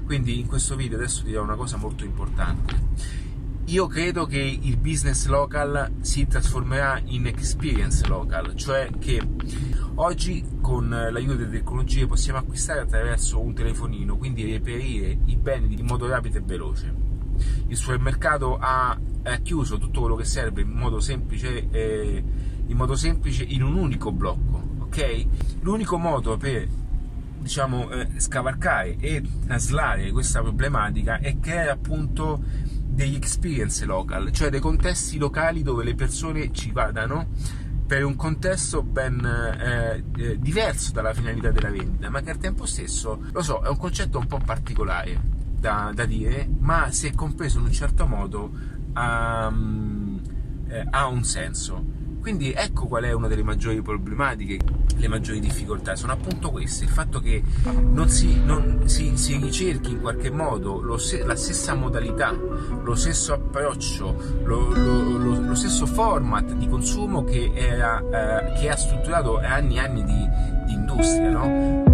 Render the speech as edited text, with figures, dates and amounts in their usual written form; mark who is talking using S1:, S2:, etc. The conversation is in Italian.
S1: Quindi in questo video adesso ti dirò una cosa molto importante. Io credo che il business local si trasformerà in experience local, cioè che oggi con l'aiuto delle tecnologie possiamo acquistare attraverso un telefonino, quindi reperire i beni in modo rapido e veloce. Il supermercato ha chiuso tutto quello che serve in modo semplice in un unico blocco, ok? L'unico modo per scavalcare e traslare questa problematica è creare appunto degli experience local, cioè dei contesti locali dove le persone ci vadano per un contesto ben diverso dalla finalità della vendita, ma che al tempo stesso, lo so, è un concetto un po' particolare da dire, ma se compreso in un certo modo ha un senso. Quindi ecco qual è una delle maggiori problematiche, le maggiori difficoltà sono appunto queste: il fatto che non si ricerchi in qualche modo la stessa modalità, lo stesso approccio, lo stesso format di consumo che ha strutturato anni e anni di industria, no?